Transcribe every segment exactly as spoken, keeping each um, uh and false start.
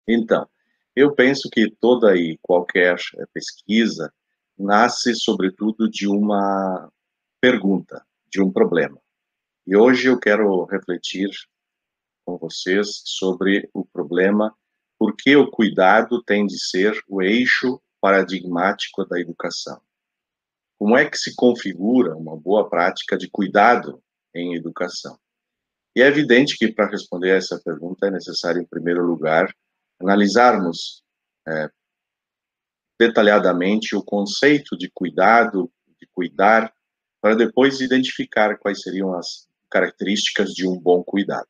Então, eu penso que toda e qualquer eh, pesquisa nasce, sobretudo, de uma pergunta, de um problema. E hoje eu quero refletir com vocês sobre o problema: por que o cuidado tem de ser o eixo paradigmático da educação? Como é que se configura uma boa prática de cuidado em educação? E é evidente que, para responder a essa pergunta, é necessário, em primeiro lugar, analisarmos eh, detalhadamente o conceito de cuidado, de cuidar, para depois identificar quais seriam as características de um bom cuidado.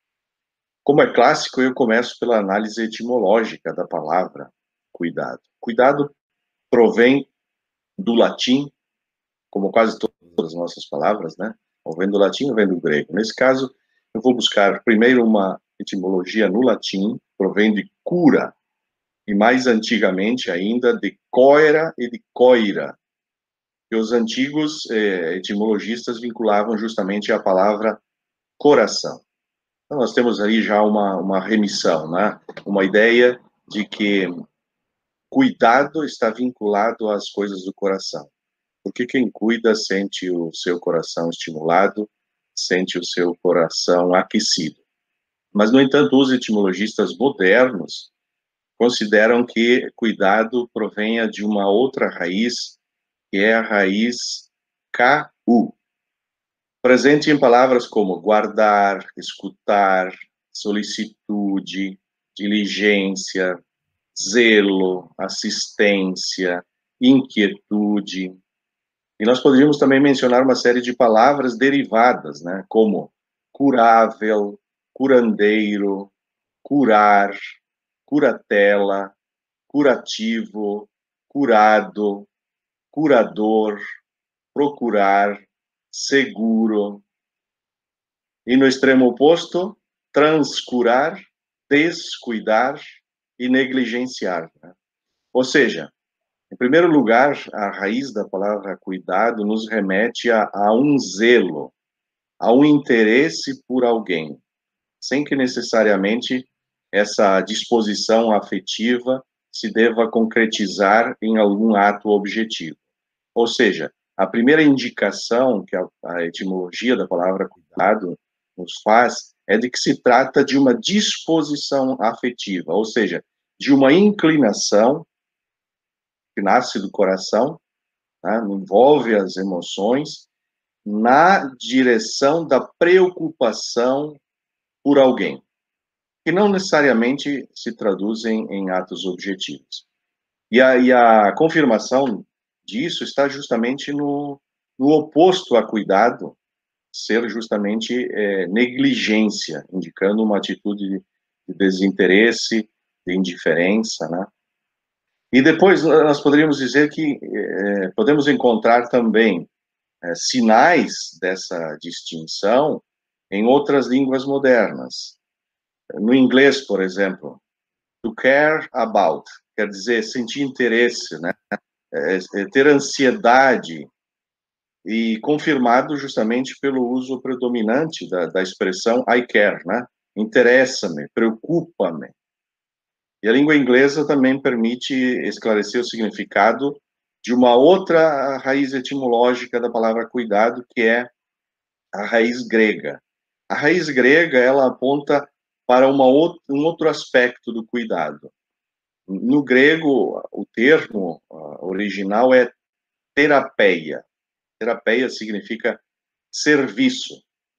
Como é clássico, eu começo pela análise etimológica da palavra cuidado. Cuidado provém do latim, como quase todas as nossas palavras, né? Ou vem do latim ou vem do grego. Nesse caso, eu vou buscar primeiro uma etimologia no latim, provém de cura, e mais antigamente ainda de coera e de coira, que os antigos eh, etimologistas vinculavam justamente a palavra coração. Então, nós temos aí já uma, uma remissão, né? Uma ideia de que cuidado está vinculado às coisas do coração. Porque quem cuida sente o seu coração estimulado, sente o seu coração aquecido. Mas, no entanto, os etimologistas modernos consideram que cuidado provenha de uma outra raiz, que é a raiz K-U, presente em palavras como guardar, escutar, solicitude, diligência, zelo, assistência, inquietude. E nós poderíamos também mencionar uma série de palavras derivadas, né, como curável, curandeiro, curar, curatela, curativo, curado, curador, procurar, seguro. E no extremo oposto, transcurar, descuidar e negligenciar, né? Ou seja, em primeiro lugar, a raiz da palavra cuidado nos remete a, a um zelo, a um interesse por alguém, sem que necessariamente essa disposição afetiva se deva concretizar em algum ato objetivo. Ou seja, a primeira indicação que a, a etimologia da palavra cuidado nos faz é de que se trata de uma disposição afetiva, ou seja, de uma inclinação que nasce do coração, né, envolve as emoções, na direção da preocupação por alguém, que não necessariamente se traduzem em atos objetivos. E a, e a confirmação disso está justamente no, no oposto a cuidado, ser justamente é, negligência, indicando uma atitude de desinteresse, de indiferença, né? E depois nós poderíamos dizer que é, podemos encontrar também é, sinais dessa distinção em outras línguas modernas. No inglês, por exemplo, to care about, quer dizer sentir interesse, né? É, é ter ansiedade, e confirmado justamente pelo uso predominante da, da expressão I care, né? Interessa-me, preocupa-me. E a língua inglesa também permite esclarecer o significado de uma outra raiz etimológica da palavra cuidado, que é a raiz grega. A raiz grega, ela aponta para uma outra, um outro aspecto do cuidado. No grego, o termo original é terapeia. Terapeia significa serviço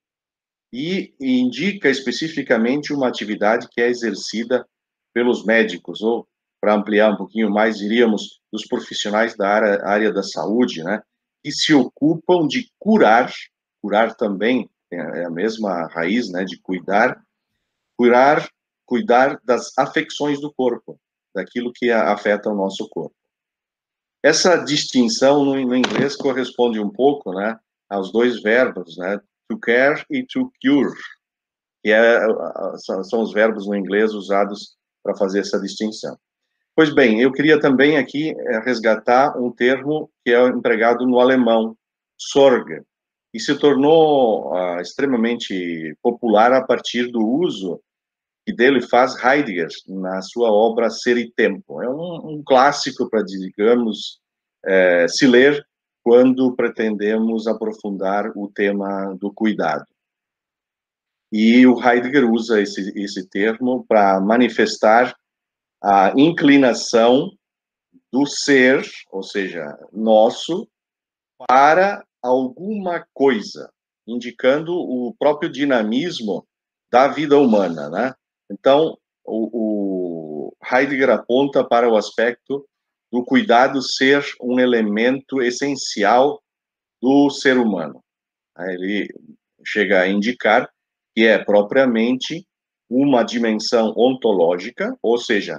e indica especificamente uma atividade que é exercida pelos médicos, ou, para ampliar um pouquinho mais, diríamos, dos profissionais da área, área da saúde, né, que se ocupam de curar, curar também é a mesma raiz, né, de cuidar, curar, cuidar das afecções do corpo, daquilo que afeta o nosso corpo. Essa distinção no, no inglês corresponde um pouco, né, aos dois verbos, né, to care e to cure, que é, são os verbos no inglês usados para fazer essa distinção. Pois bem, eu queria também aqui resgatar um termo que é empregado no alemão, Sorge, e se tornou uh, extremamente popular a partir do uso que dele faz Heidegger na sua obra Ser e Tempo. É um, um clássico para, digamos, é, se ler quando pretendemos aprofundar o tema do cuidado. E o Heidegger usa esse, esse termo para manifestar a inclinação do ser, ou seja, nosso, para alguma coisa, indicando o próprio dinamismo da vida humana, né? Então, o, o Heidegger aponta para o aspecto do cuidado ser um elemento essencial do ser humano. Ele chega a indicar que é propriamente uma dimensão ontológica, ou seja,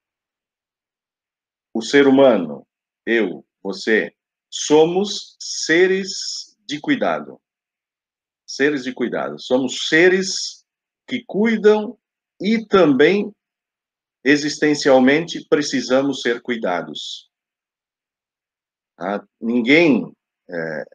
o ser humano, eu, você, somos seres de cuidado. Seres de cuidado. Somos seres que cuidam e também, existencialmente, precisamos ser cuidados. Ah, ninguém é,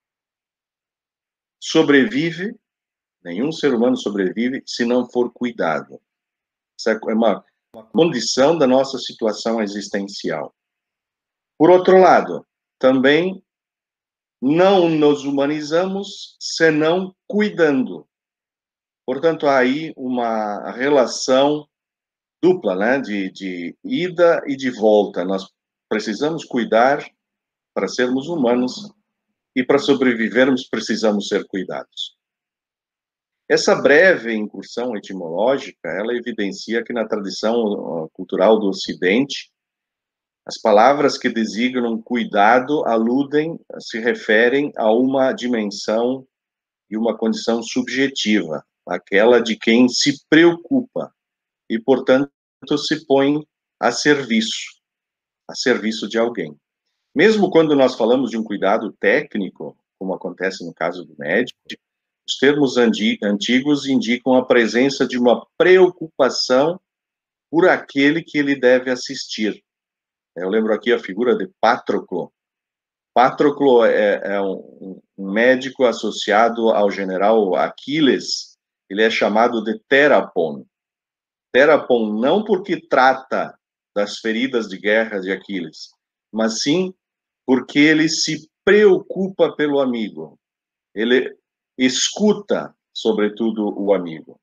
sobrevive, nenhum ser humano sobrevive se não for cuidado. Isso é uma, uma condição da nossa situação existencial. Por outro lado, também não nos humanizamos senão cuidando. Portanto, há aí uma relação dupla, né, de, de ida e de volta. Nós precisamos cuidar para sermos humanos e para sobrevivermos precisamos ser cuidados. Essa breve incursão etimológica, ela evidencia que na tradição cultural do Ocidente, as palavras que designam cuidado aludem, se referem a uma dimensão e uma condição subjetiva, aquela de quem se preocupa e, portanto, se põe a serviço, a serviço de alguém. Mesmo quando nós falamos de um cuidado técnico, como acontece no caso do médico, os termos antigos indicam a presença de uma preocupação por aquele que ele deve assistir. Eu lembro aqui a figura de Patroclo. Patroclo é, é um, um médico associado ao general Aquiles. Ele é chamado de Terapon. Terapon não porque trata das feridas de guerra de Aquiles, mas sim porque ele se preocupa pelo amigo. Ele escuta, sobretudo, o amigo.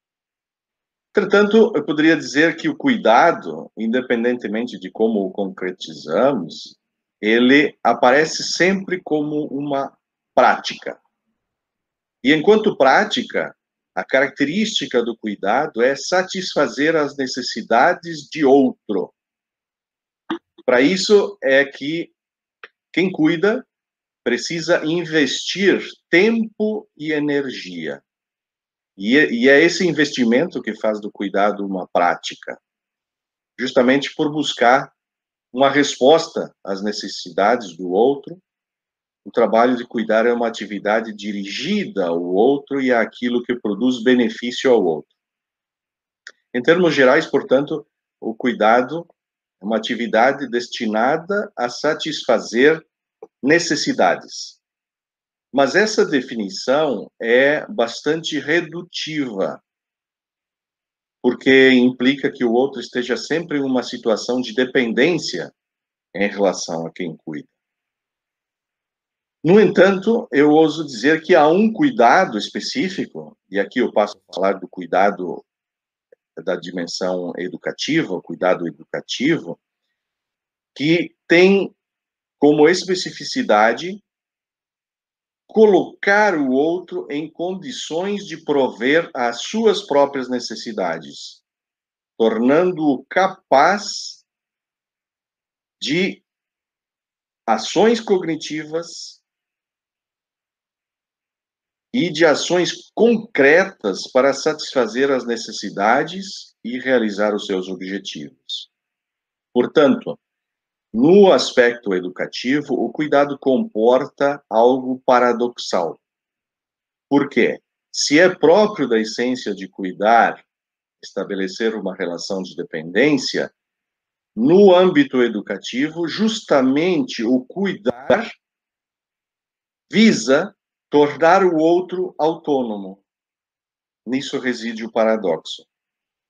Entretanto, eu poderia dizer que o cuidado, independentemente de como o concretizamos, ele aparece sempre como uma prática. E enquanto prática, a característica do cuidado é satisfazer as necessidades de outro. Para isso é que quem cuida precisa investir tempo e energia. E é esse investimento que faz do cuidado uma prática, justamente por buscar uma resposta às necessidades do outro. O trabalho de cuidar é uma atividade dirigida ao outro e àquilo que produz benefício ao outro. Em termos gerais, portanto, o cuidado é uma atividade destinada a satisfazer necessidades. Mas essa definição é bastante redutiva, porque implica que o outro esteja sempre em uma situação de dependência em relação a quem cuida. No entanto, eu ouso dizer que há um cuidado específico, e aqui eu passo a falar do cuidado da dimensão educativa, o cuidado educativo, que tem como especificidade colocar o outro em condições de prover as suas próprias necessidades, tornando-o capaz de ações cognitivas e de ações concretas para satisfazer as necessidades e realizar os seus objetivos. Portanto, no aspecto educativo, o cuidado comporta algo paradoxal. Por quê? Se é próprio da essência de cuidar, estabelecer uma relação de dependência, no âmbito educativo, justamente o cuidar visa tornar o outro autônomo. Nisso reside o paradoxo.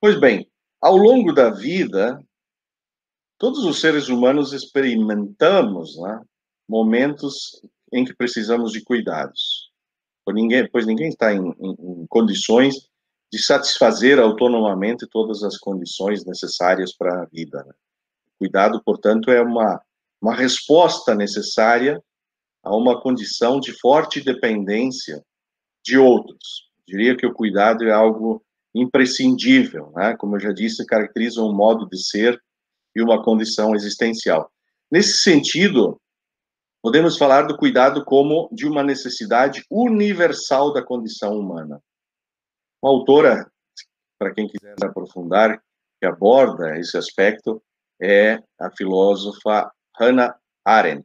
Pois bem, ao longo da vida, todos os seres humanos experimentamos, né, momentos em que precisamos de cuidados. Pois ninguém, pois ninguém está em, em, em condições de satisfazer autonomamente todas as condições necessárias para a vida, né? Cuidado, portanto, é uma, uma resposta necessária a uma condição de forte dependência de outros. Eu diria que o cuidado é algo imprescindível, né? Como eu já disse, caracteriza um modo de ser e uma condição existencial. Nesse sentido, podemos falar do cuidado como de uma necessidade universal da condição humana. Uma autora, para quem quiser aprofundar, que aborda esse aspecto, é a filósofa Hannah Arendt,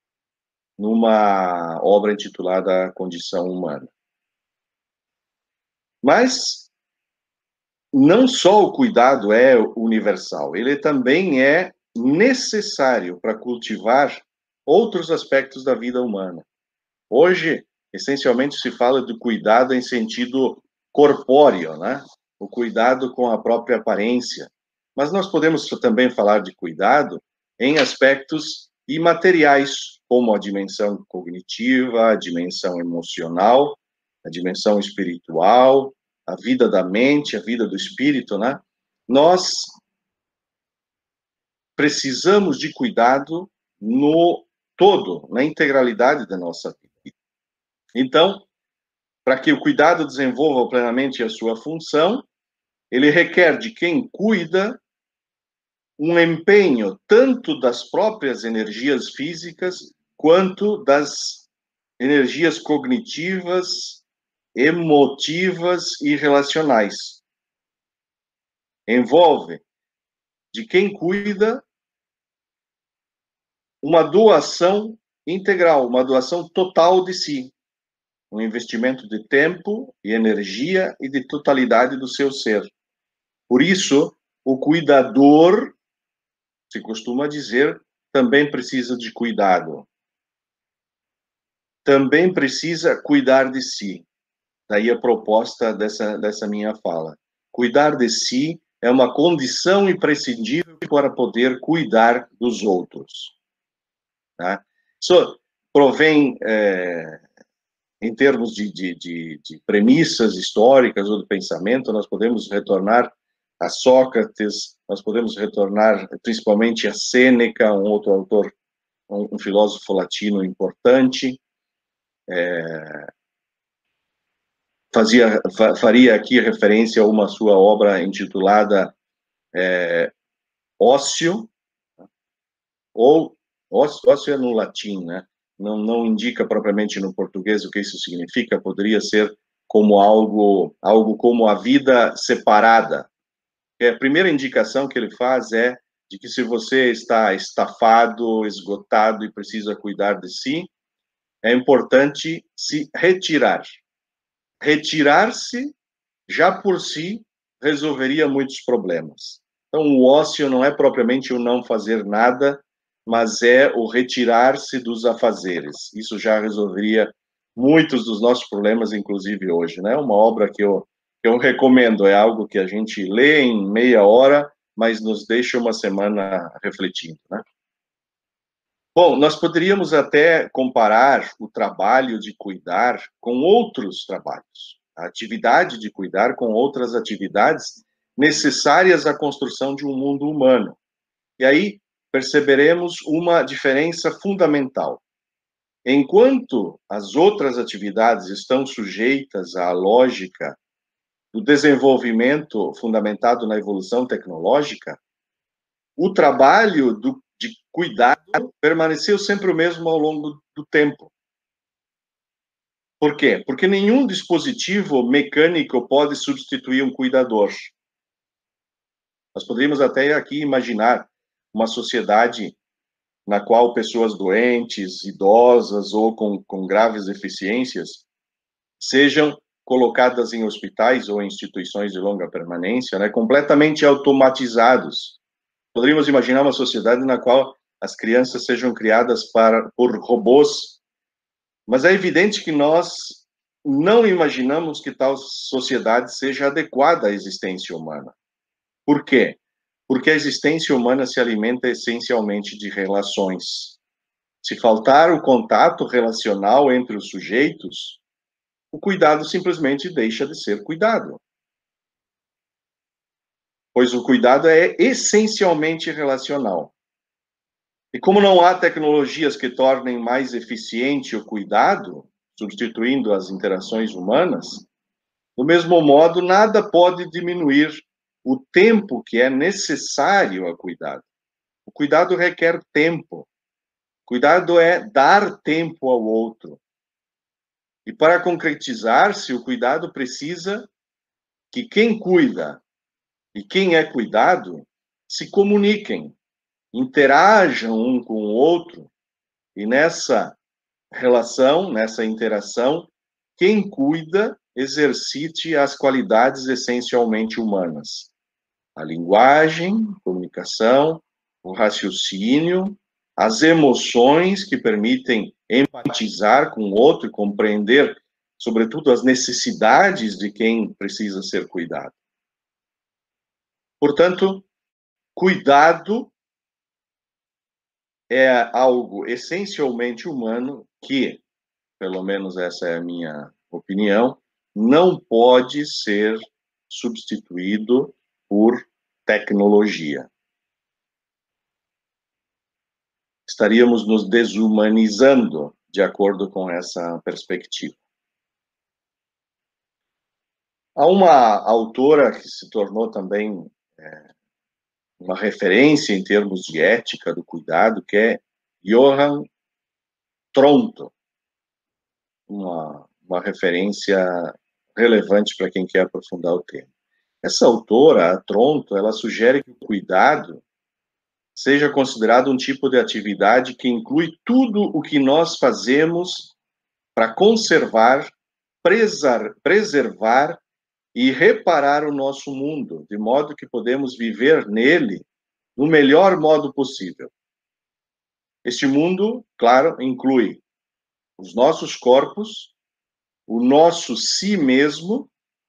numa obra intitulada Condição Humana. Mas não só o cuidado é universal, ele também é necessário para cultivar outros aspectos da vida humana. Hoje, essencialmente, se fala do cuidado em sentido corpóreo, né? O cuidado com a própria aparência. Mas nós podemos também falar de cuidado em aspectos imateriais, como a dimensão cognitiva, a dimensão emocional, a dimensão espiritual, a vida da mente, a vida do espírito, né? Nós precisamos de cuidado no todo, na integralidade da nossa vida. Então, para que o cuidado desenvolva plenamente a sua função, ele requer de quem cuida um empenho tanto das próprias energias físicas quanto das energias cognitivas, emotivas e relacionais. Envolve de quem cuida uma doação integral, uma doação total de si, um investimento de tempo e energia e de totalidade do seu ser. Por isso, o cuidador, se costuma dizer, também precisa de cuidado. Também precisa cuidar de si. Daí a proposta dessa, dessa minha fala. Cuidar de si é uma condição imprescindível para poder cuidar dos outros. Tá? Isso provém, é, em termos de, de, de, de premissas históricas ou de pensamento, nós podemos retornar a Sócrates, nós podemos retornar principalmente a Sêneca, um outro autor, um, um filósofo latino importante. É, fazia, fa, faria aqui referência a uma sua obra intitulada é, Ócio, ou ócio, ócio é no latim, né? Não, não indica propriamente no português o que isso significa, poderia ser como algo, algo como a vida separada. A primeira indicação que ele faz é de que se você está estafado, esgotado e precisa cuidar de si, é importante se retirar. Retirar-se, já por si, resolveria muitos problemas. Então, o ócio não é propriamente o não fazer nada, mas é o retirar-se dos afazeres. Isso já resolveria muitos dos nossos problemas, inclusive hoje, né? Uma obra que eu, que eu recomendo, é algo que a gente lê em meia hora, mas nos deixa uma semana refletindo, né? Bom, nós poderíamos até comparar o trabalho de cuidar com outros trabalhos, a atividade de cuidar com outras atividades necessárias à construção de um mundo humano. E aí perceberemos uma diferença fundamental. Enquanto as outras atividades estão sujeitas à lógica do desenvolvimento fundamentado na evolução tecnológica, o trabalho do, de cuidado permaneceu sempre o mesmo ao longo do tempo. Por quê? Porque nenhum dispositivo mecânico pode substituir um cuidador. Nós poderíamos até aqui imaginar uma sociedade na qual pessoas doentes, idosas ou com, com graves deficiências sejam colocadas em hospitais ou em instituições de longa permanência, né, completamente automatizados. Poderíamos imaginar uma sociedade na qual as crianças sejam criadas para, por robôs, mas é evidente que nós não imaginamos que tal sociedade seja adequada à existência humana. Por quê? Porque a existência humana se alimenta essencialmente de relações. Se faltar o contato relacional entre os sujeitos, o cuidado simplesmente deixa de ser cuidado. Pois o cuidado é essencialmente relacional. E como não há tecnologias que tornem mais eficiente o cuidado, substituindo as interações humanas, do mesmo modo, nada pode diminuir o tempo que é necessário a cuidado. O cuidado requer tempo. Cuidado é dar tempo ao outro. E para concretizar-se, o cuidado precisa que quem cuida e quem é cuidado se comuniquem, interajam um com o outro, e nessa relação, nessa interação, quem cuida exercite as qualidades essencialmente humanas: a linguagem, a comunicação, o raciocínio, as emoções que permitem empatizar com o outro e compreender, sobretudo, as necessidades de quem precisa ser cuidado. Portanto, cuidado é algo essencialmente humano que, pelo menos essa é a minha opinião, não pode ser substituído por tecnologia. Estaríamos nos desumanizando, de acordo com essa perspectiva. Há uma autora que se tornou também é, uma referência em termos de ética do cuidado, que é Johan Tronto, uma, uma referência relevante para quem quer aprofundar o tema. Essa autora, a Tronto, ela sugere que o cuidado seja considerado um tipo de atividade que inclui tudo o que nós fazemos para conservar, preservar e reparar o nosso mundo, de modo que podemos viver nele no melhor modo possível. Este mundo, claro, inclui os nossos corpos, o nosso si mesmo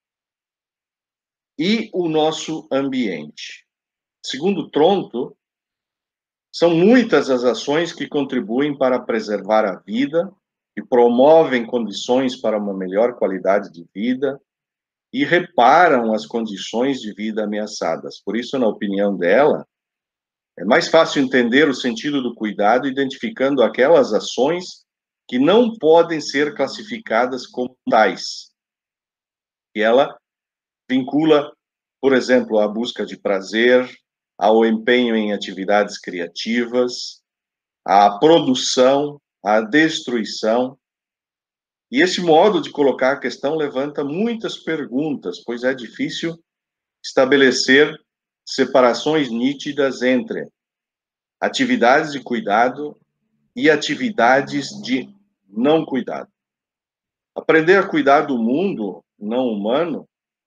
e o nosso ambiente. Segundo Tronto, são muitas as ações que contribuem para preservar a vida, que promovem condições para uma melhor qualidade de vida e reparam as condições de vida ameaçadas. Por isso, na opinião dela, é mais fácil entender o sentido do cuidado identificando aquelas ações que não podem ser classificadas como tais. E ela vincula, por exemplo, a busca de prazer, ao empenho em atividades criativas, à produção, à destruição. E esse modo de colocar a questão levanta muitas perguntas, pois é difícil estabelecer separações nítidas entre atividades de cuidado e atividades de não cuidado. Aprender a cuidar do mundo não humano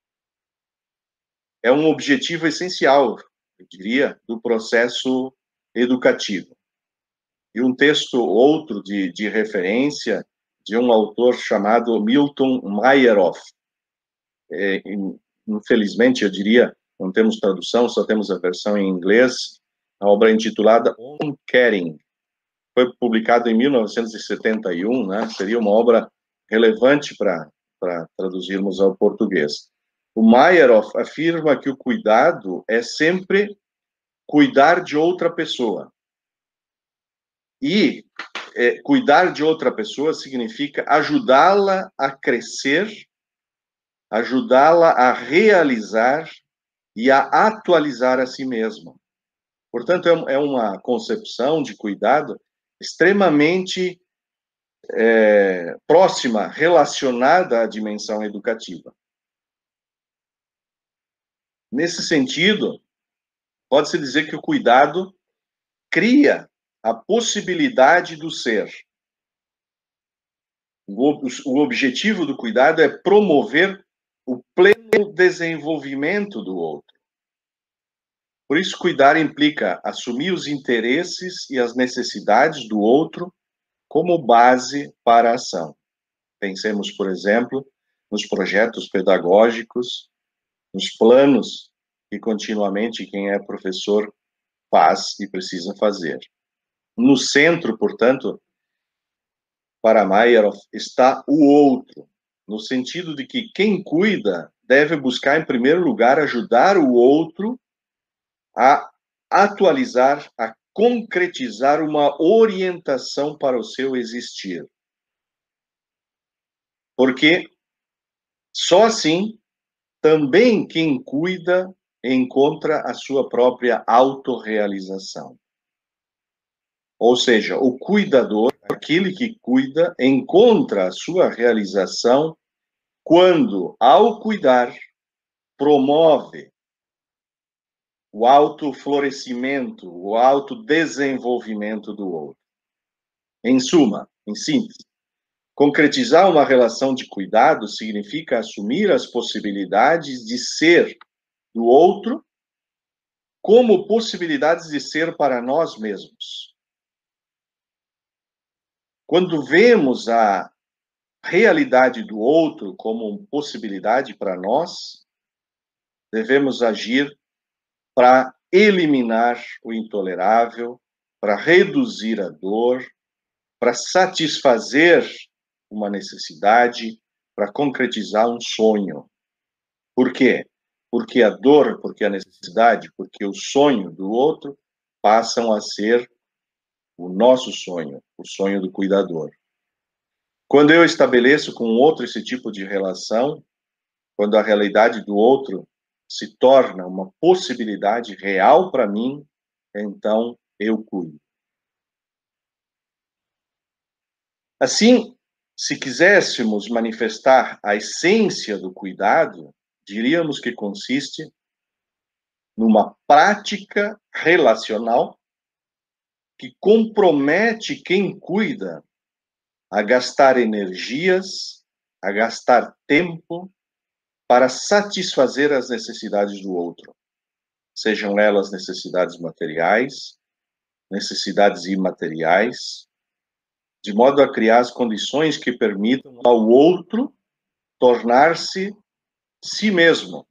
é um objetivo essencial, eu diria, do processo educativo. E um texto outro de, de referência de um autor chamado Milton Myeroff. É, infelizmente, eu diria, não temos tradução, só temos a versão em inglês, a obra intitulada On Caring. Foi publicado em mil novecentos e setenta e um, né? Seria uma obra relevante para para traduzirmos ao português. O Myeroff afirma que o cuidado é sempre cuidar de outra pessoa. E é, cuidar de outra pessoa significa ajudá-la a crescer, ajudá-la a realizar e a atualizar a si mesma. Portanto, é uma concepção de cuidado extremamente é, próxima, relacionada à dimensão educativa. Nesse sentido, pode-se dizer que o cuidado cria a possibilidade do ser. O objetivo do cuidado é promover o pleno desenvolvimento do outro. Por isso, cuidar implica assumir os interesses e as necessidades do outro como base para a ação. Pensemos, por exemplo, nos projetos pedagógicos, nos planos que continuamente quem é professor faz e precisa fazer. No centro, portanto, para Meyerhoff, está o outro, no sentido de que quem cuida deve buscar, em primeiro lugar, ajudar o outro a atualizar, a concretizar uma orientação para o seu existir. Porque só assim, também quem cuida encontra a sua própria autorrealização. Ou seja, o cuidador, aquele que cuida, encontra a sua realização quando, ao cuidar, promove o autoflorescimento, o autodesenvolvimento do outro. Em suma, em síntese, concretizar uma relação de cuidado significa assumir as possibilidades de ser do outro como possibilidades de ser para nós mesmos. Quando vemos a realidade do outro como uma possibilidade para nós, devemos agir para eliminar o intolerável, para reduzir a dor, para satisfazer uma necessidade, para concretizar um sonho. Por quê? Porque a dor, porque a necessidade, porque o sonho do outro passam a ser o nosso sonho, o sonho do cuidador. Quando eu estabeleço com o outro esse tipo de relação, quando a realidade do outro se torna uma possibilidade real para mim, então eu cuido. Assim, se quiséssemos manifestar a essência do cuidado, diríamos que consiste numa prática relacional que compromete quem cuida a gastar energias, a gastar tempo para satisfazer as necessidades do outro, sejam elas necessidades materiais, necessidades imateriais, de modo a criar as condições que permitam ao outro tornar-se si mesmo,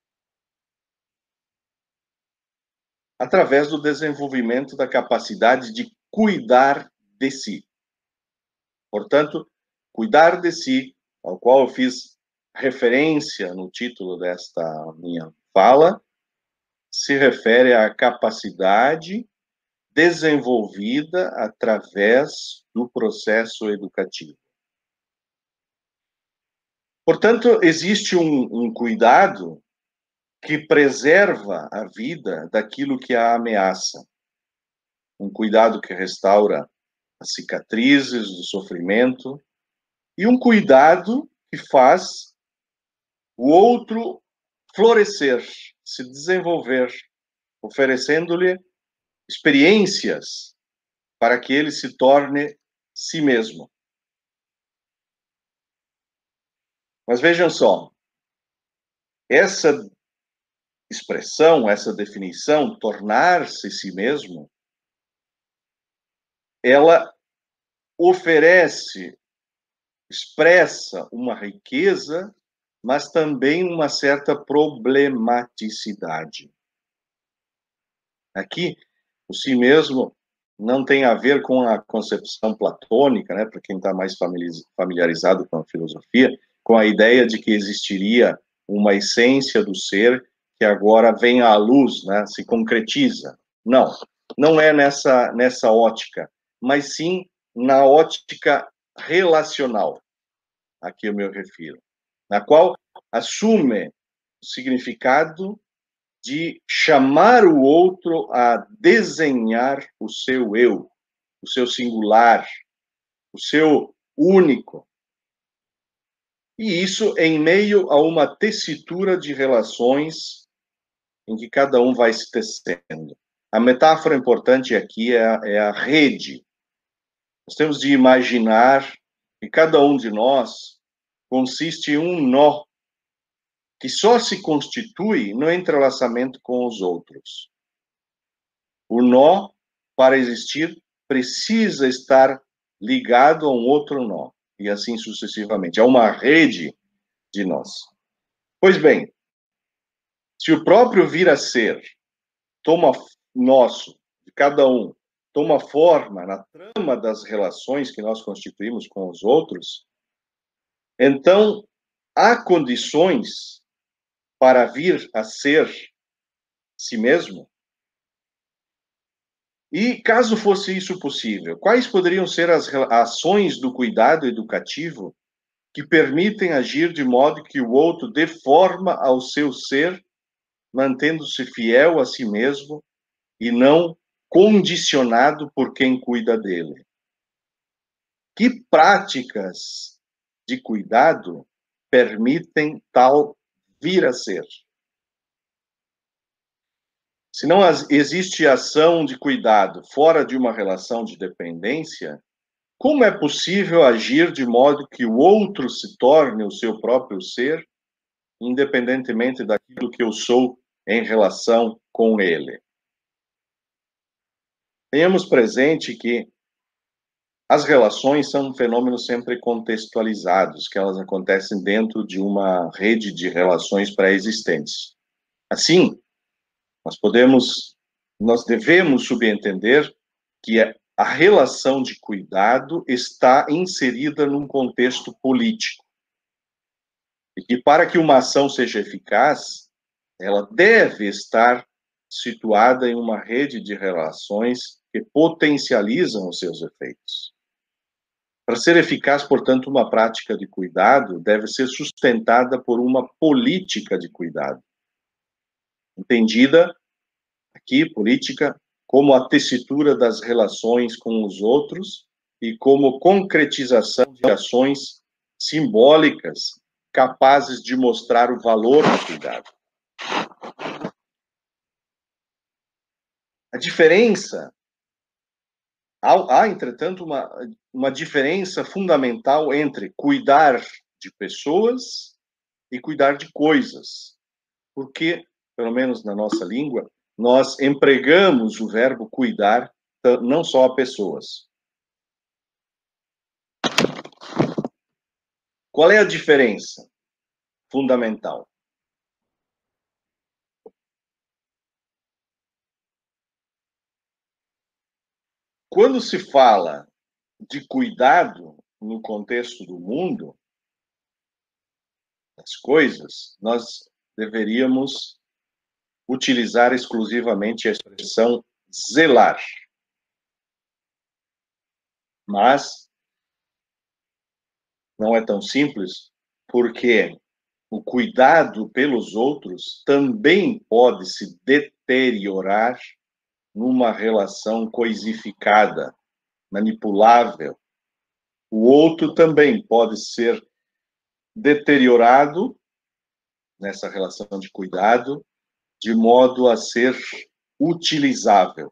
através do desenvolvimento da capacidade de cuidar de si. Portanto, cuidar de si, ao qual eu fiz referência no título desta minha fala, se refere à capacidade desenvolvida através do processo educativo. Portanto, existe um, um cuidado que preserva a vida daquilo que a ameaça. Um cuidado que restaura as cicatrizes do sofrimento e um cuidado que faz o outro florescer, se desenvolver, oferecendo-lhe experiências para que ele se torne si mesmo. Mas vejam só, essa expressão, essa definição, tornar-se si mesmo, ela oferece, expressa uma riqueza, mas também uma certa problematicidade. Aqui, o si mesmo não tem a ver com a concepção platônica, né, para quem está mais familiarizado com a filosofia, com a ideia de que existiria uma essência do ser que agora vem à luz, né, se concretiza. Não, não é nessa, nessa ótica, mas sim na ótica relacional a que eu me refiro, na qual assume o significado de chamar o outro a desenhar o seu eu, o seu singular, o seu único. E isso em meio a uma tessitura de relações em que cada um vai se tecendo. A metáfora importante aqui é a, é a rede. Nós temos de imaginar que cada um de nós consiste em um nó que só se constitui no entrelaçamento com os outros. O nó, para existir, precisa estar ligado a um outro nó, e assim sucessivamente. É uma rede de nós. Pois bem, Se o próprio vir a ser toma nosso, de cada um, toma forma na trama das relações que nós constituímos com os outros, então há condições para vir a ser si mesmo? E caso fosse isso possível, quais poderiam ser as ações do cuidado educativo que permitem agir de modo que o outro dê forma ao seu ser, mantendo-se fiel a si mesmo e não condicionado por quem cuida dele? Que práticas de cuidado permitem tal vir a ser? Se não existe ação de cuidado fora de uma relação de dependência, como é possível agir de modo que o outro se torne o seu próprio ser, independentemente daquilo que eu sou em relação com ele? Tenhamos presente que as relações são fenômenos sempre contextualizados, que elas acontecem dentro de uma rede de relações pré-existentes. Assim, nós podemos, nós devemos subentender que a relação de cuidado está inserida num contexto político. E que para que uma ação seja eficaz, ela deve estar situada em uma rede de relações que potencializam os seus efeitos. Para ser eficaz, portanto, uma prática de cuidado deve ser sustentada por uma política de cuidado. Entendida aqui, política, como a tessitura das relações com os outros e como concretização de ações simbólicas capazes de mostrar o valor do cuidado. A diferença, há, há entretanto, uma, uma diferença fundamental entre cuidar de pessoas e cuidar de coisas. Porque, pelo menos na nossa língua, nós empregamos o verbo cuidar não só a pessoas. Qual é a diferença fundamental? Quando se fala de cuidado no contexto do mundo, das coisas, nós deveríamos utilizar exclusivamente a expressão zelar. Mas não é tão simples, porque o cuidado pelos outros também pode se deteriorar numa relação coisificada, manipulável. O outro também pode ser deteriorado nessa relação de cuidado, de modo a ser utilizável.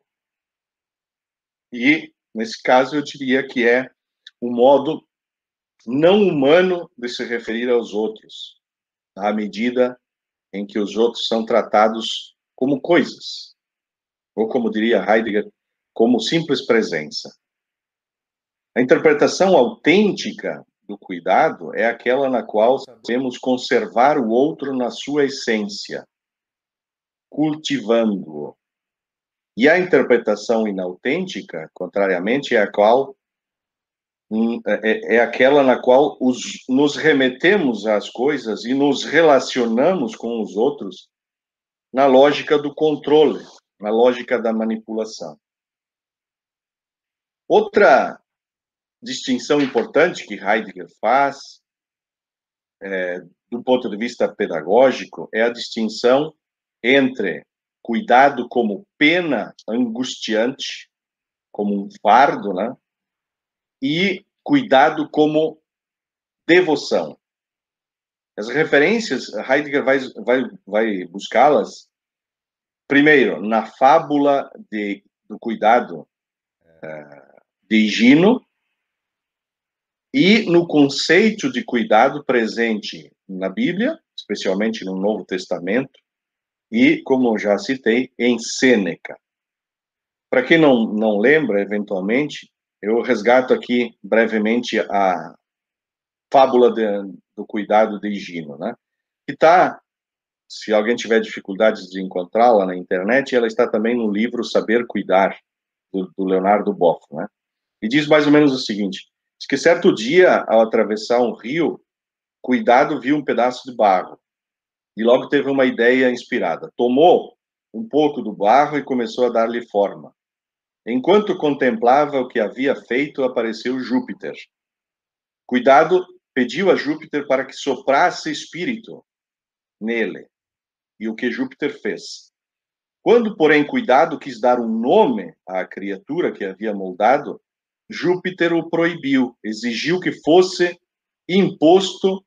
E, nesse caso, eu diria que é o modo não humano de se referir aos outros, à medida em que os outros são tratados como coisas, ou como diria Heidegger, como simples presença. A interpretação autêntica do cuidado é aquela na qual sabemos conservar o outro na sua essência, cultivando-o. E a interpretação inautêntica, contrariamente, é a qual é, é aquela na qual os, nos remetemos às coisas e nos relacionamos com os outros na lógica do controle, na lógica da manipulação. Outra distinção importante que Heidegger faz, é, do ponto de vista pedagógico, é a distinção entre cuidado como pena angustiante, como um fardo, né? E cuidado como devoção. As referências, Heidegger vai, vai, vai buscá-las, primeiro, na fábula de, do cuidado uh, de Higino, e no conceito de cuidado presente na Bíblia, especialmente no Novo Testamento, e, como já citei, em Sêneca. Para quem não, não lembra, eventualmente, eu resgato aqui brevemente a fábula de, do cuidado de Higino, né? Que está se alguém tiver dificuldades de encontrá-la na internet, ela está também no livro Saber Cuidar, do, do Leonardo Boff, né? E diz mais ou menos o seguinte, diz que certo dia, ao atravessar um rio, Cuidado viu um pedaço de barro e logo teve uma ideia inspirada. Tomou um pouco do barro e começou a dar-lhe forma. Enquanto contemplava o que havia feito, apareceu Júpiter. Cuidado pediu a Júpiter para que soprasse espírito nele, e o que Júpiter fez. Quando, porém, Cuidado quis dar um nome à criatura que havia moldado, Júpiter o proibiu, exigiu que fosse imposto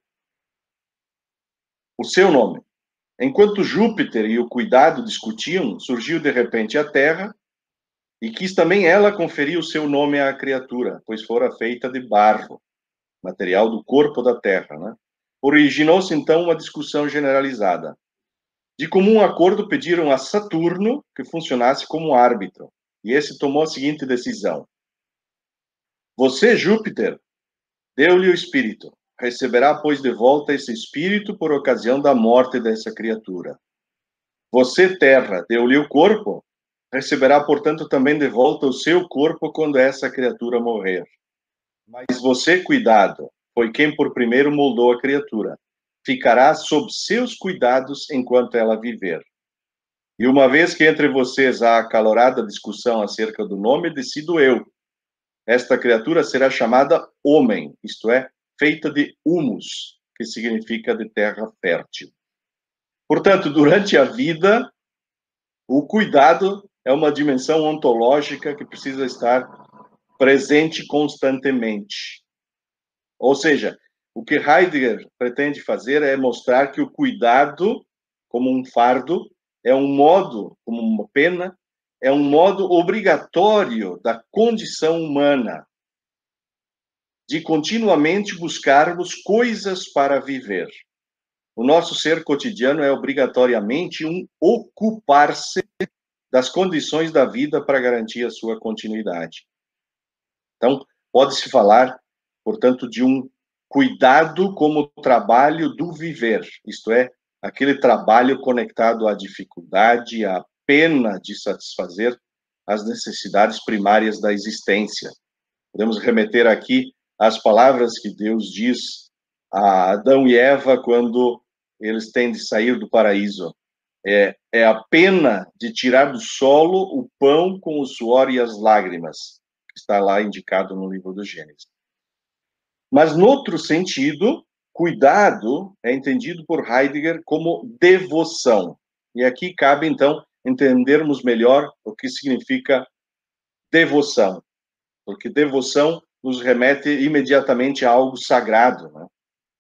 o seu nome. Enquanto Júpiter e o Cuidado discutiam, surgiu de repente a Terra e quis também ela conferir o seu nome à criatura, pois fora feita de barro, material do corpo da Terra, né? Originou-se então uma discussão generalizada. De comum acordo, pediram a Saturno que funcionasse como árbitro, e esse tomou a seguinte decisão: Você, Júpiter, deu-lhe o espírito. Receberá, pois, de volta esse espírito por ocasião da morte dessa criatura. Você, Terra, deu-lhe o corpo. Receberá, portanto, também de volta o seu corpo quando essa criatura morrer. Mas você, Cuidado, foi quem por primeiro moldou a criatura. Ficará sob seus cuidados enquanto ela viver. E uma vez que entre vocês há acalorada discussão acerca do nome, decido eu. Esta criatura será chamada homem, isto é, feita de humus, que significa de terra fértil. Portanto, durante a vida, o cuidado é uma dimensão ontológica que precisa estar presente constantemente. Ou seja, o que Heidegger pretende fazer é mostrar que o cuidado, como um fardo, é um modo, como uma pena, é um modo obrigatório da condição humana de continuamente buscarmos coisas para viver. O nosso ser cotidiano é obrigatoriamente um ocupar-se das condições da vida para garantir a sua continuidade. Então, pode-se falar, portanto, de um cuidado como trabalho do viver, isto é, aquele trabalho conectado à dificuldade, à pena de satisfazer as necessidades primárias da existência. Podemos remeter aqui às palavras que Deus diz a Adão e Eva quando eles têm de sair do paraíso. É, é a pena de tirar do solo o pão com o suor e as lágrimas, que está lá indicado no livro do Gênesis. Mas, no outro sentido, cuidado é entendido por Heidegger como devoção. E aqui cabe, então, entendermos melhor o que significa devoção. Porque devoção nos remete imediatamente a algo sagrado, né?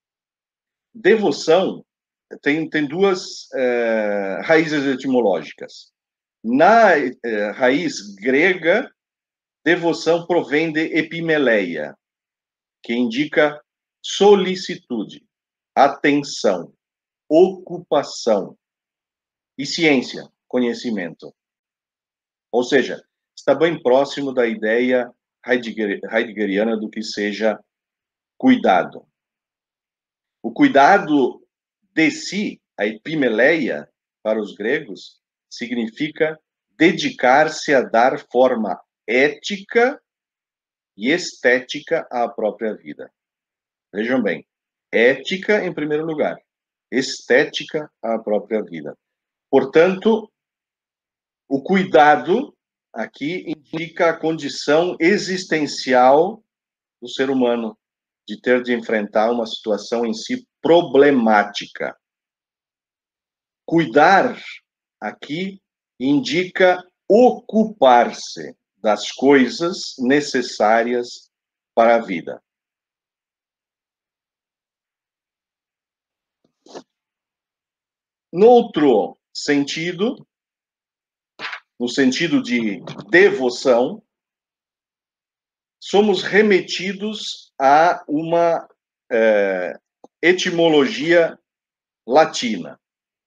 Devoção tem, tem duas é, raízes etimológicas. Na é, raiz grega, devoção provém de epimeleia, que indica solicitude, atenção, ocupação e ciência, conhecimento. Ou seja, está bem próximo da ideia Heidegger, heideggeriana do que seja cuidado. O cuidado de si, a epimeleia, para os gregos, significa dedicar-se a dar forma ética e estética à própria vida. Vejam bem, ética em primeiro lugar, estética à própria vida. Portanto, o cuidado aqui indica a condição existencial do ser humano, de ter de enfrentar uma situação em si problemática. Cuidar aqui indica ocupar-se das coisas necessárias para a vida. No outro sentido, no sentido de devoção, somos remetidos a uma é, etimologia latina.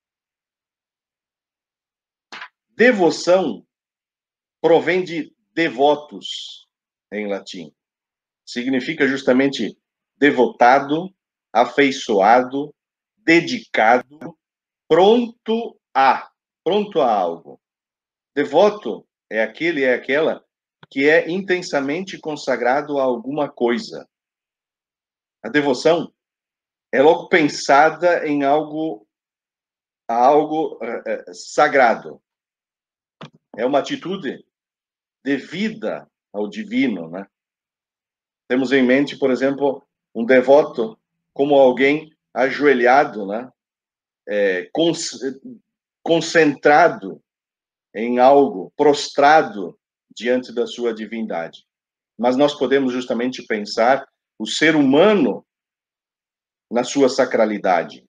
Devoção provém de devotus, em latim. Significa justamente devotado, afeiçoado, dedicado, pronto a, pronto a algo. Devoto é aquele, é aquela que é intensamente consagrado a alguma coisa. A devoção é logo pensada em algo, algo uh, sagrado. É uma atitude devida ao divino, né? Temos em mente, por exemplo, um devoto como alguém ajoelhado, né? É, concentrado em algo, prostrado diante da sua divindade. Mas nós podemos justamente pensar o ser humano na sua sacralidade.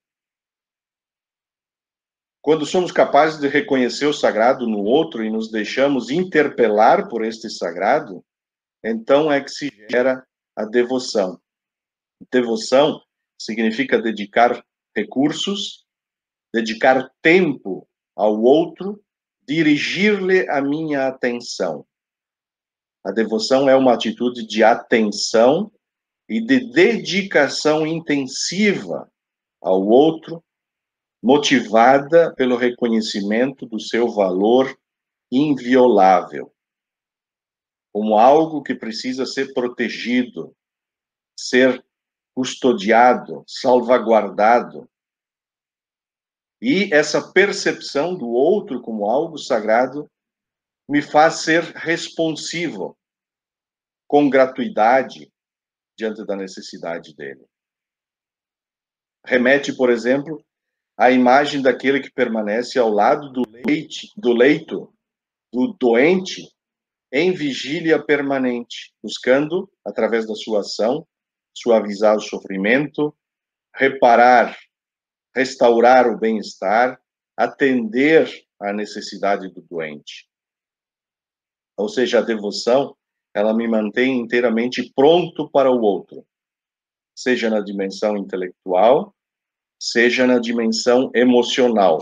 Quando somos capazes de reconhecer o sagrado no outro e nos deixamos interpelar por este sagrado, então é que se gera a devoção. Devoção significa dedicar recursos, dedicar tempo ao outro, dirigir-lhe a minha atenção. A devoção é uma atitude de atenção e de dedicação intensiva ao outro, motivada pelo reconhecimento do seu valor inviolável, como algo que precisa ser protegido, ser custodiado, salvaguardado. E essa percepção do outro como algo sagrado me faz ser responsivo, com gratuidade, diante da necessidade dele. Remete, por exemplo, à imagem daquele que permanece ao lado do, leite, do leito do doente em vigília permanente, buscando, através da sua ação, suavizar o sofrimento, reparar, restaurar o bem-estar, atender à necessidade do doente. Ou seja, a devoção, ela me mantém inteiramente pronto para o outro, seja na dimensão intelectual, seja na dimensão emocional.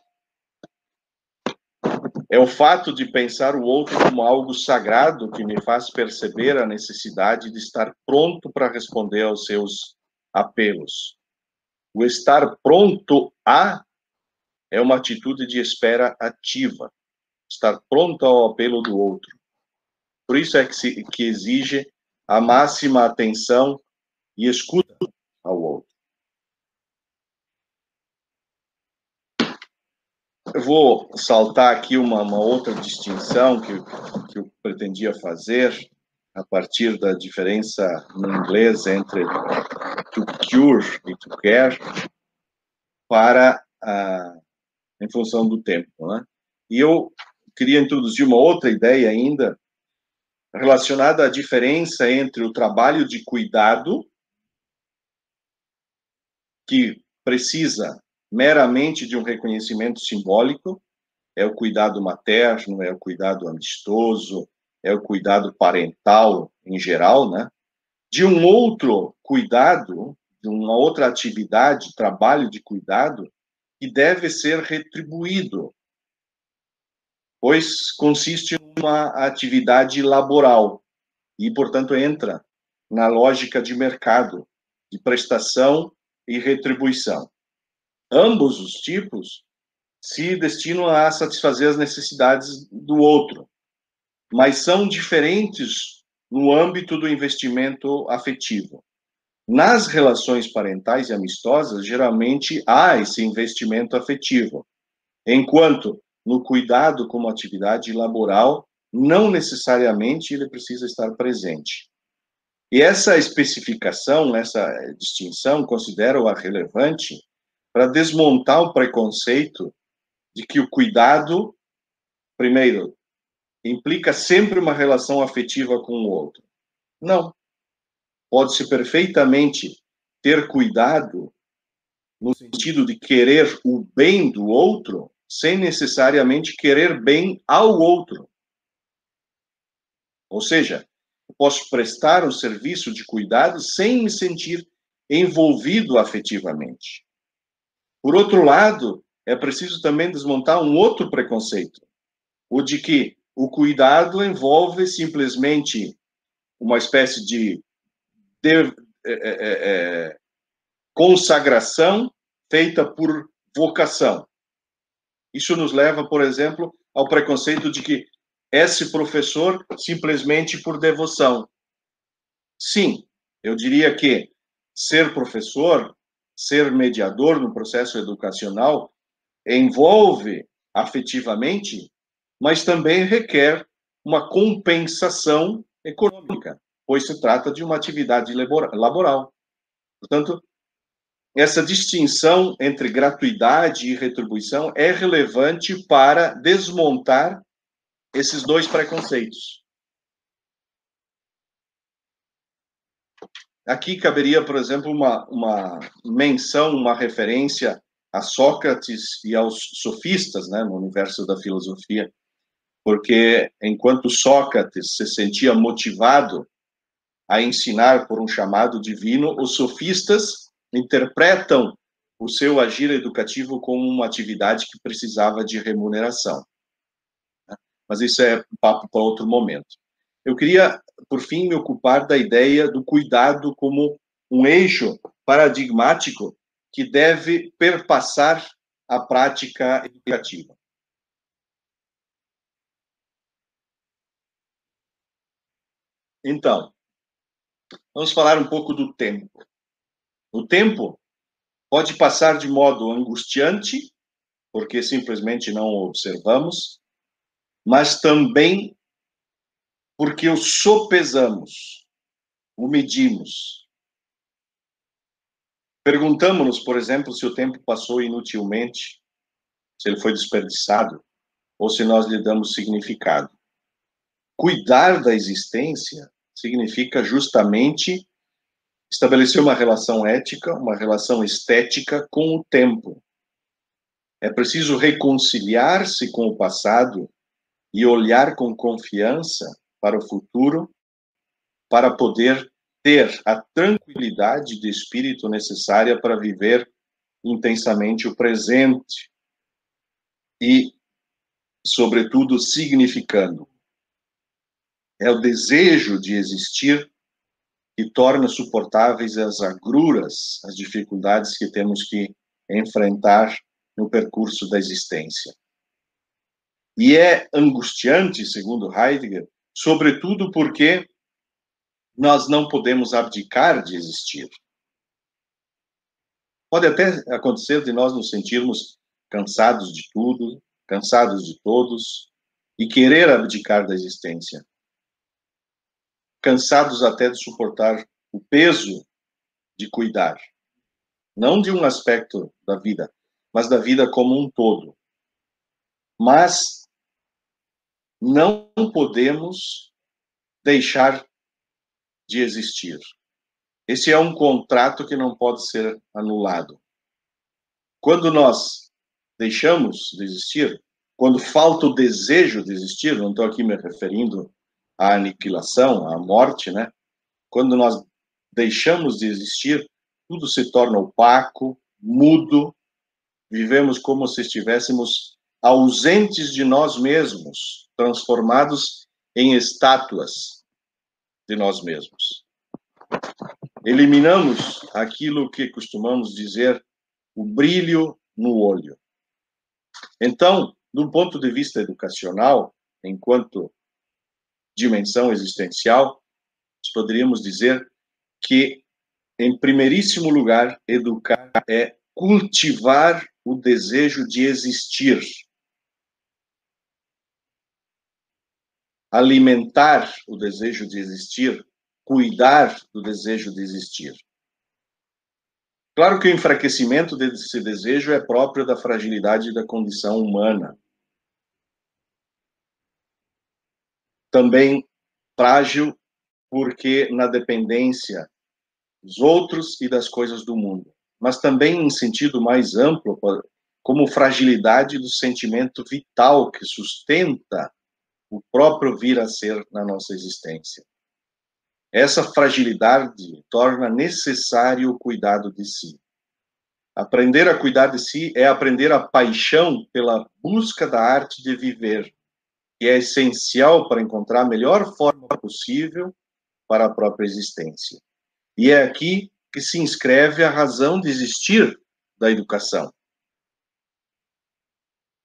É o fato de pensar o outro como algo sagrado que me faz perceber a necessidade de estar pronto para responder aos seus apelos. O estar pronto a é uma atitude de espera ativa, estar pronto ao apelo do outro. Por isso é que, se, que exige a máxima atenção e escuta ao outro. Eu vou saltar aqui uma, uma outra distinção que, que eu pretendia fazer a partir da diferença no inglês entre to cure e to care, para a, em função do tempo, né? E eu queria introduzir uma outra ideia ainda relacionada à diferença entre o trabalho de cuidado, que precisa meramente de um reconhecimento simbólico, é o cuidado materno, é o cuidado amistoso, é o cuidado parental em geral, né? De um outro cuidado, de uma outra atividade, trabalho de cuidado, que deve ser retribuído, pois consiste em uma atividade laboral e, portanto, entra na lógica de mercado, de prestação e retribuição. Ambos os tipos se destinam a satisfazer as necessidades do outro, mas são diferentes no âmbito do investimento afetivo. Nas relações parentais e amistosas, geralmente há esse investimento afetivo, enquanto no cuidado como atividade laboral, não necessariamente ele precisa estar presente. E essa especificação, essa distinção, considero-a relevante para desmontar o preconceito de que o cuidado, primeiro, implica sempre uma relação afetiva com o outro. Não. Pode-se perfeitamente ter cuidado no sentido de querer o bem do outro, sem necessariamente querer bem ao outro. Ou seja, eu posso prestar um serviço de cuidado sem me sentir envolvido afetivamente. Por outro lado, é preciso também desmontar um outro preconceito, o de que o cuidado envolve simplesmente uma espécie de, de é, é, é, consagração feita por vocação. Isso nos leva, por exemplo, ao preconceito de que esse professor simplesmente por devoção. Sim, eu diria que ser professor, ser mediador no processo educacional, envolve afetivamente, mas também requer uma compensação econômica, pois se trata de uma atividade laboral. Portanto, essa distinção entre gratuidade e retribuição é relevante para desmontar esses dois preconceitos. Aqui caberia, por exemplo, uma, uma menção, uma referência a Sócrates e aos sofistas, né, no universo da filosofia, porque enquanto Sócrates se sentia motivado a ensinar por um chamado divino, os sofistas interpretam o seu agir educativo como uma atividade que precisava de remuneração. Mas isso é um papo para outro momento. Eu queria, por fim, me ocupar da ideia do cuidado como um eixo paradigmático que deve perpassar a prática educativa. Então, vamos falar um pouco do tempo. O tempo pode passar de modo angustiante, porque simplesmente não o observamos, mas também porque o sopesamos, o medimos. Perguntamos-nos, por exemplo, se o tempo passou inutilmente, se ele foi desperdiçado, ou se nós lhe damos significado. Cuidar da existência significa justamente estabelecer uma relação ética, uma relação estética com o tempo. É preciso reconciliar-se com o passado e olhar com confiança para o futuro para poder ter a tranquilidade de espírito necessária para viver intensamente o presente e, sobretudo, significando. É o desejo de existir que torna suportáveis as agruras, as dificuldades que temos que enfrentar no percurso da existência. E é angustiante, segundo Heidegger, sobretudo porque nós não podemos abdicar de existir. Pode até acontecer de nós nos sentirmos cansados de tudo, cansados de todos, e querer abdicar da existência. Cansados até de suportar o peso de cuidar. Não de um aspecto da vida, mas da vida como um todo. Mas não podemos deixar de existir. Esse é um contrato que não pode ser anulado. Quando nós deixamos de existir, quando falta o desejo de existir, não estou aqui me referindo à aniquilação, à morte, né? Quando nós deixamos de existir, tudo se torna opaco, mudo, vivemos como se estivéssemos ausentes de nós mesmos, transformados em estátuas de nós mesmos. Eliminamos aquilo que costumamos dizer, o brilho no olho. Então, do ponto de vista educacional, enquanto dimensão existencial, nós poderíamos dizer que, em primeiríssimo lugar, educar é cultivar o desejo de existir. Alimentar o desejo de existir, cuidar do desejo de existir. Claro que o enfraquecimento desse desejo é próprio da fragilidade da condição humana. Também frágil porque na dependência dos outros e das coisas do mundo, mas também em sentido mais amplo, como fragilidade do sentimento vital que sustenta o próprio vir a ser na nossa existência. Essa fragilidade torna necessário o cuidado de si. Aprender a cuidar de si é aprender a paixão pela busca da arte de viver, que é essencial para encontrar a melhor forma possível para a própria existência. E é aqui que se inscreve a razão de existir da educação.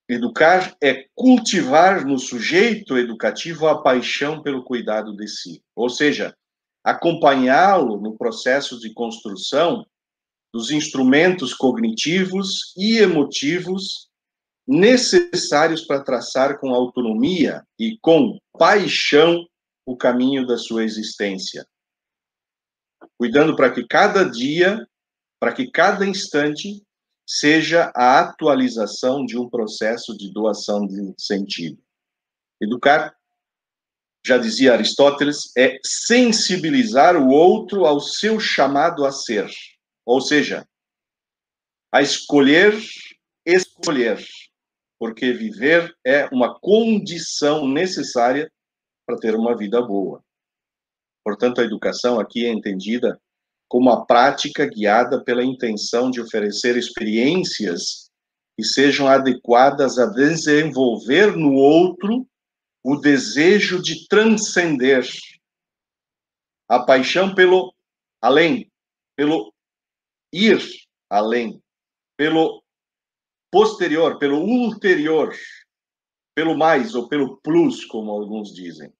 Educar é cultivar no sujeito educativo a paixão pelo cuidado de si, ou seja, acompanhá-lo no processo de construção dos instrumentos cognitivos e emotivos necessários para traçar com autonomia e com paixão o caminho da sua existência, cuidando para que cada dia, para que cada instante seja a atualização de um processo de doação de sentido. Educar, já dizia Aristóteles, é sensibilizar o outro ao seu chamado a ser, ou seja, a escolher, escolher, porque viver é uma condição necessária para ter uma vida boa. Portanto, a educação aqui é entendida como a prática guiada pela intenção de oferecer experiências que sejam adequadas a desenvolver no outro o desejo de transcender, a paixão pelo além, pelo ir além, pelo posterior, pelo ulterior, pelo mais ou pelo plus, como alguns dizem.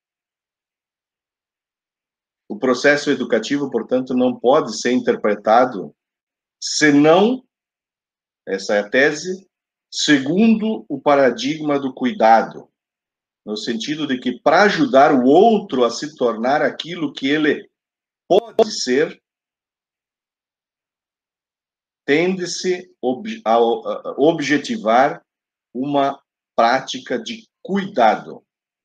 O processo educativo, portanto, não pode ser interpretado senão, essa é a tese, segundo o paradigma do cuidado, no sentido de que para ajudar o outro a se tornar aquilo que ele pode ser, tende-se a objetivar uma prática de cuidado.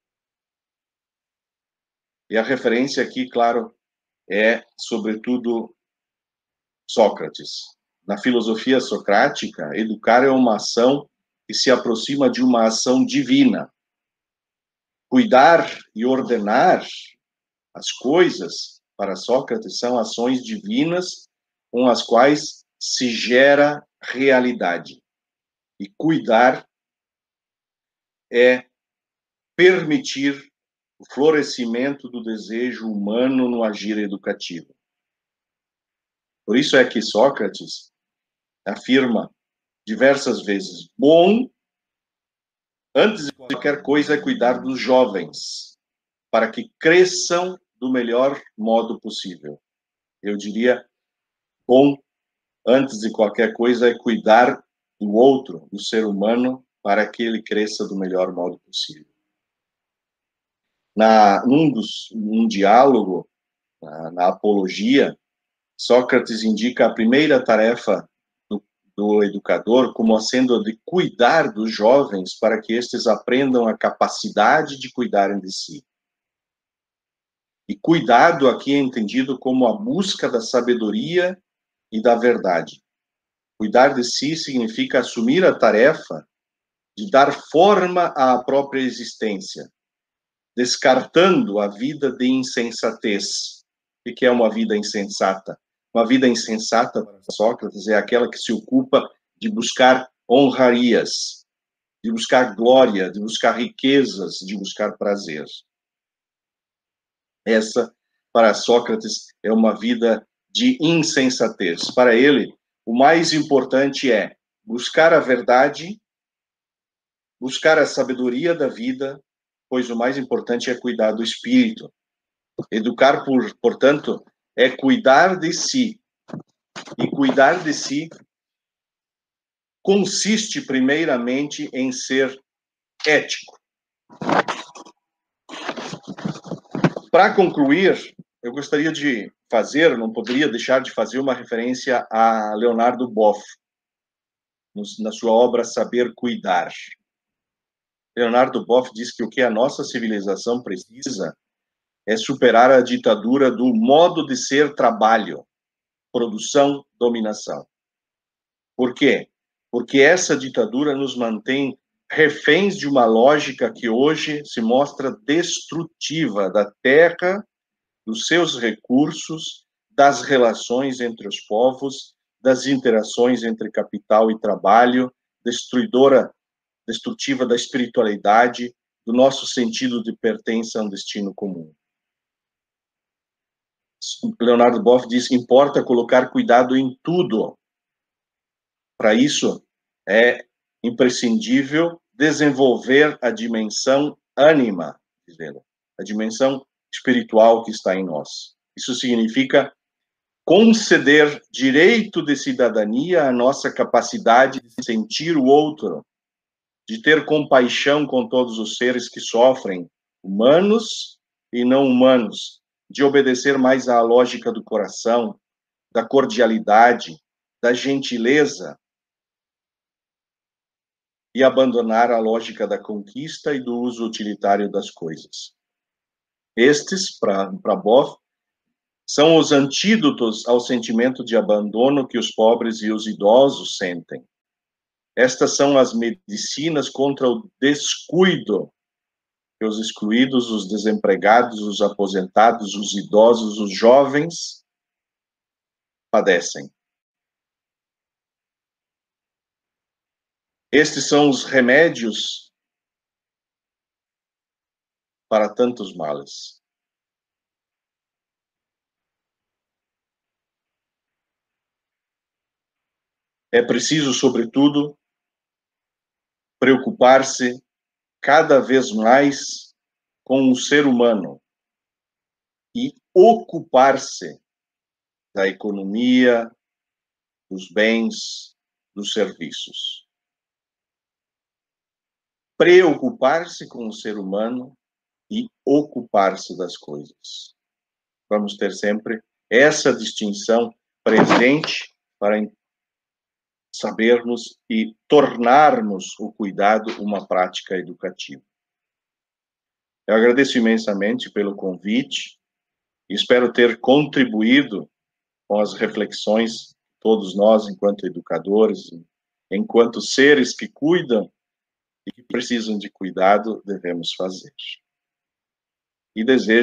E a referência aqui, claro, é, sobretudo, Sócrates. Na filosofia socrática, educar é uma ação que se aproxima de uma ação divina. Cuidar e ordenar as coisas, para Sócrates, são ações divinas com as quais se gera realidade. E cuidar é permitir o florescimento do desejo humano no agir educativo. Por isso é que Sócrates afirma diversas vezes: bom, antes de qualquer coisa, é cuidar dos jovens, para que cresçam do melhor modo possível. Eu diria, bom, antes de qualquer coisa, é cuidar do outro, do ser humano, para que ele cresça do melhor modo possível. Na, num, dos, num diálogo, na, na Apologia, Sócrates indica a primeira tarefa do, do educador como sendo a de cuidar dos jovens para que estes aprendam a capacidade de cuidarem de si. E cuidado aqui é entendido como a busca da sabedoria e da verdade. Cuidar de si significa assumir a tarefa de dar forma à própria existência, descartando a vida de insensatez. O que é uma vida insensata? Uma vida insensata, para Sócrates, é aquela que se ocupa de buscar honrarias, de buscar glória, de buscar riquezas, de buscar prazer. Essa, para Sócrates, é uma vida de insensatez. Para ele, o mais importante é buscar a verdade, buscar a sabedoria da vida, pois o mais importante é cuidar do espírito. Educar, por, portanto, é cuidar de si. E cuidar de si consiste, primeiramente, em ser ético. Para concluir, eu gostaria de fazer, não poderia deixar de fazer uma referência a Leonardo Boff, na sua obra Saber Cuidar. Leonardo Boff diz que o que a nossa civilização precisa é superar a ditadura do modo de ser trabalho, produção, dominação. Por quê? Porque essa ditadura nos mantém reféns de uma lógica que hoje se mostra destrutiva da terra, dos seus recursos, das relações entre os povos, das interações entre capital e trabalho, destruidora, destrutiva da espiritualidade, do nosso sentido de pertença a um destino comum. Leonardo Boff diz que importa colocar cuidado em tudo. Para isso, é imprescindível desenvolver a dimensão ânima, dizendo, a dimensão espiritual que está em nós. Isso significa conceder direito de cidadania à nossa capacidade de sentir o outro, de ter compaixão com todos os seres que sofrem, humanos e não humanos, de obedecer mais à lógica do coração, da cordialidade, da gentileza, e abandonar a lógica da conquista e do uso utilitário das coisas. Estes, para Boff, são os antídotos ao sentimento de abandono que os pobres e os idosos sentem. Estas são as medicinas contra o descuido que os excluídos, os desempregados, os aposentados, os idosos, os jovens padecem. Estes são os remédios para tantos males. É preciso, sobretudo, preocupar-se cada vez mais com o ser humano e ocupar-se da economia, dos bens, dos serviços. Preocupar-se com o ser humano e ocupar-se das coisas. Vamos ter sempre essa distinção presente para sabermos e tornarmos o cuidado uma prática educativa. Eu agradeço imensamente pelo convite e espero ter contribuído com as reflexões que todos nós, enquanto educadores, enquanto seres que cuidam e que precisam de cuidado, devemos fazer. E desejo